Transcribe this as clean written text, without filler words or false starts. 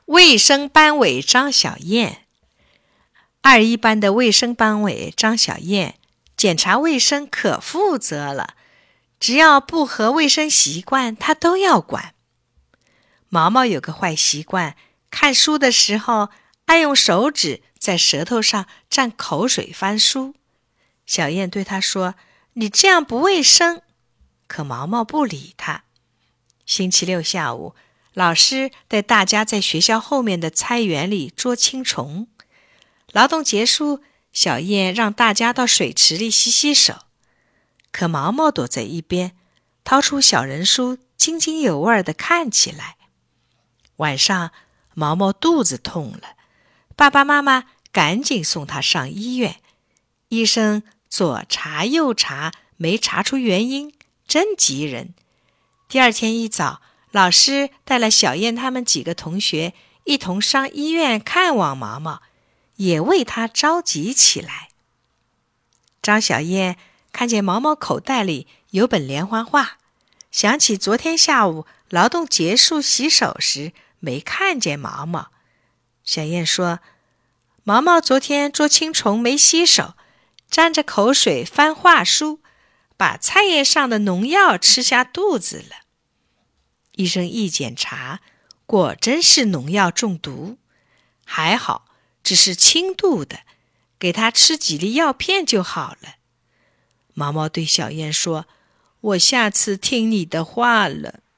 卫生班委张小燕。2-1班的卫生班委张小燕检查卫生可负责了，只要不合卫生习惯，她都要管。毛毛有个坏习惯，看书的时候爱用手指在舌头上蘸口水翻书。小燕对他说：“你这样不卫生。”可毛毛不理他。星期六下午，老师带大家在学校后面的菜园里捉青虫。劳动结束，小燕让大家到水池里洗洗手。可毛毛躲在一边，掏出小人书，津津有味地看起来。晚上，毛毛肚子痛了，爸爸妈妈赶紧送他上医院。医生左查右查，没查出原因，真急人。第二天一早，老师带了小燕他们几个同学一同上医院看望毛毛，也为他着急起来。张小燕看见毛毛口袋里有本连环画，想起昨天下午劳动结束洗手时没看见毛毛。小燕说：“毛毛昨天捉青虫没洗手，沾着口水翻画书，把菜叶上的农药吃下肚子了。”医生一检查，果真是农药中毒，还好只是轻度的，给他吃几粒药片就好了。毛毛对小燕说：“我下次听你的话了。”